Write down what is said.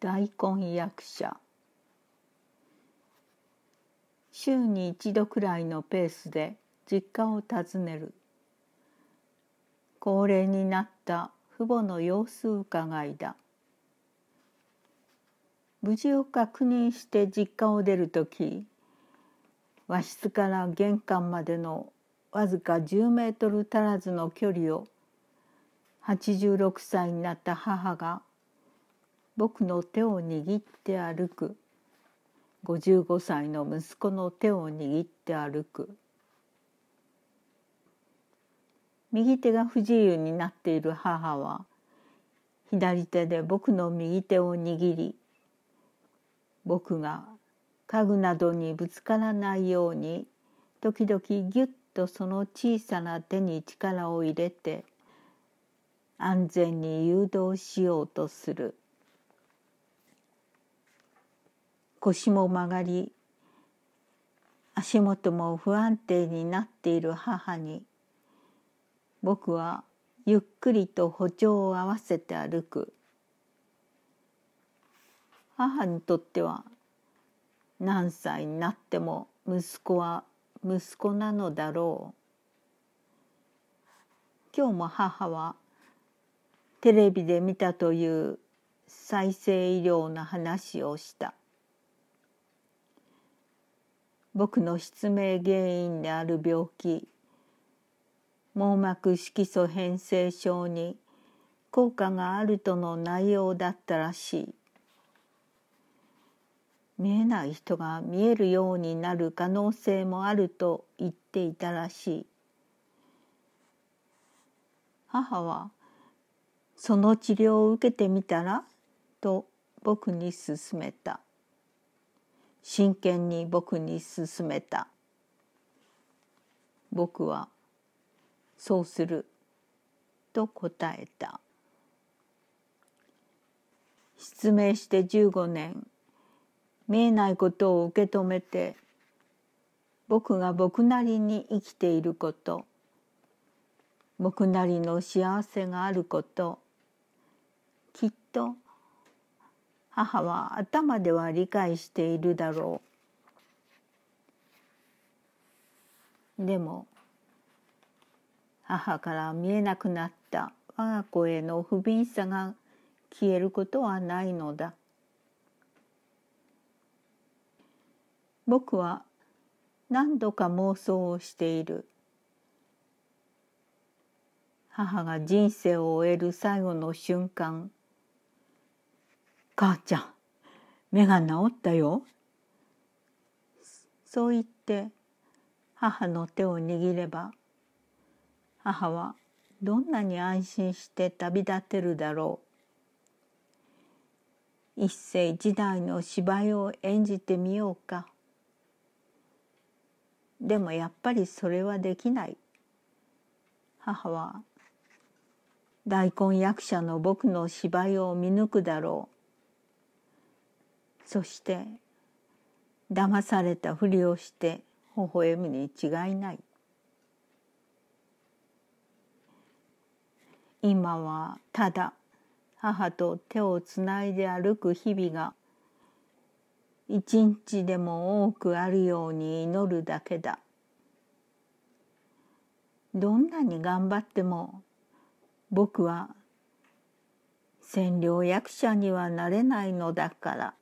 大根役者。週に一度くらいのペースで実家を訪ねる。高齢になった父母の様子伺いだ。無事を確認して実家を出るとき、和室から玄関までのわずか10メートル足らずの距離を86歳になった母が僕の手を握って歩く。55歳の息子の手を握って歩く。右手が不自由になっている母は左手で僕の右手を握り、僕が家具などにぶつからないように時々ぎゅっとその小さな手に力を入れて安全に誘導しようとする。腰も曲がり、足元も不安定になっている母に、僕はゆっくりと歩調を合わせて歩く。母にとっては何歳になっても息子は息子なのだろう。今日も母はテレビで見たという再生医療の話をした。僕の失明原因である病気、網膜色素変性症に効果があるとの内容だったらしい。見えない人が見えるようになる可能性もあると言っていたらしい。母は、その治療を受けてみたらと僕に勧めた。真剣に僕に勧めた。僕は、そうすると答えた。失明して15年、見えないことを受け止めて、僕が僕なりに生きていること、僕なりの幸せがあること、きっと母は頭では理解しているだろう。でも、母から見えなくなった我が子への不憫さが消えることはないのだ。僕は何度か妄想をしている。母が人生を終える最後の瞬間、母ちゃん、目が治ったよ。そう言って母の手を握れば、母はどんなに安心して旅立てるだろう。一世一代の芝居を演じてみようか。でもやっぱりそれはできない。母は大根役者の僕の芝居を見抜くだろう。そして騙されたふりをして微笑むに違いない。今はただ母と手をつないで歩く日々が一日でも多くあるように祈るだけだ。どんなに頑張っても僕は千両役者にはなれないのだから。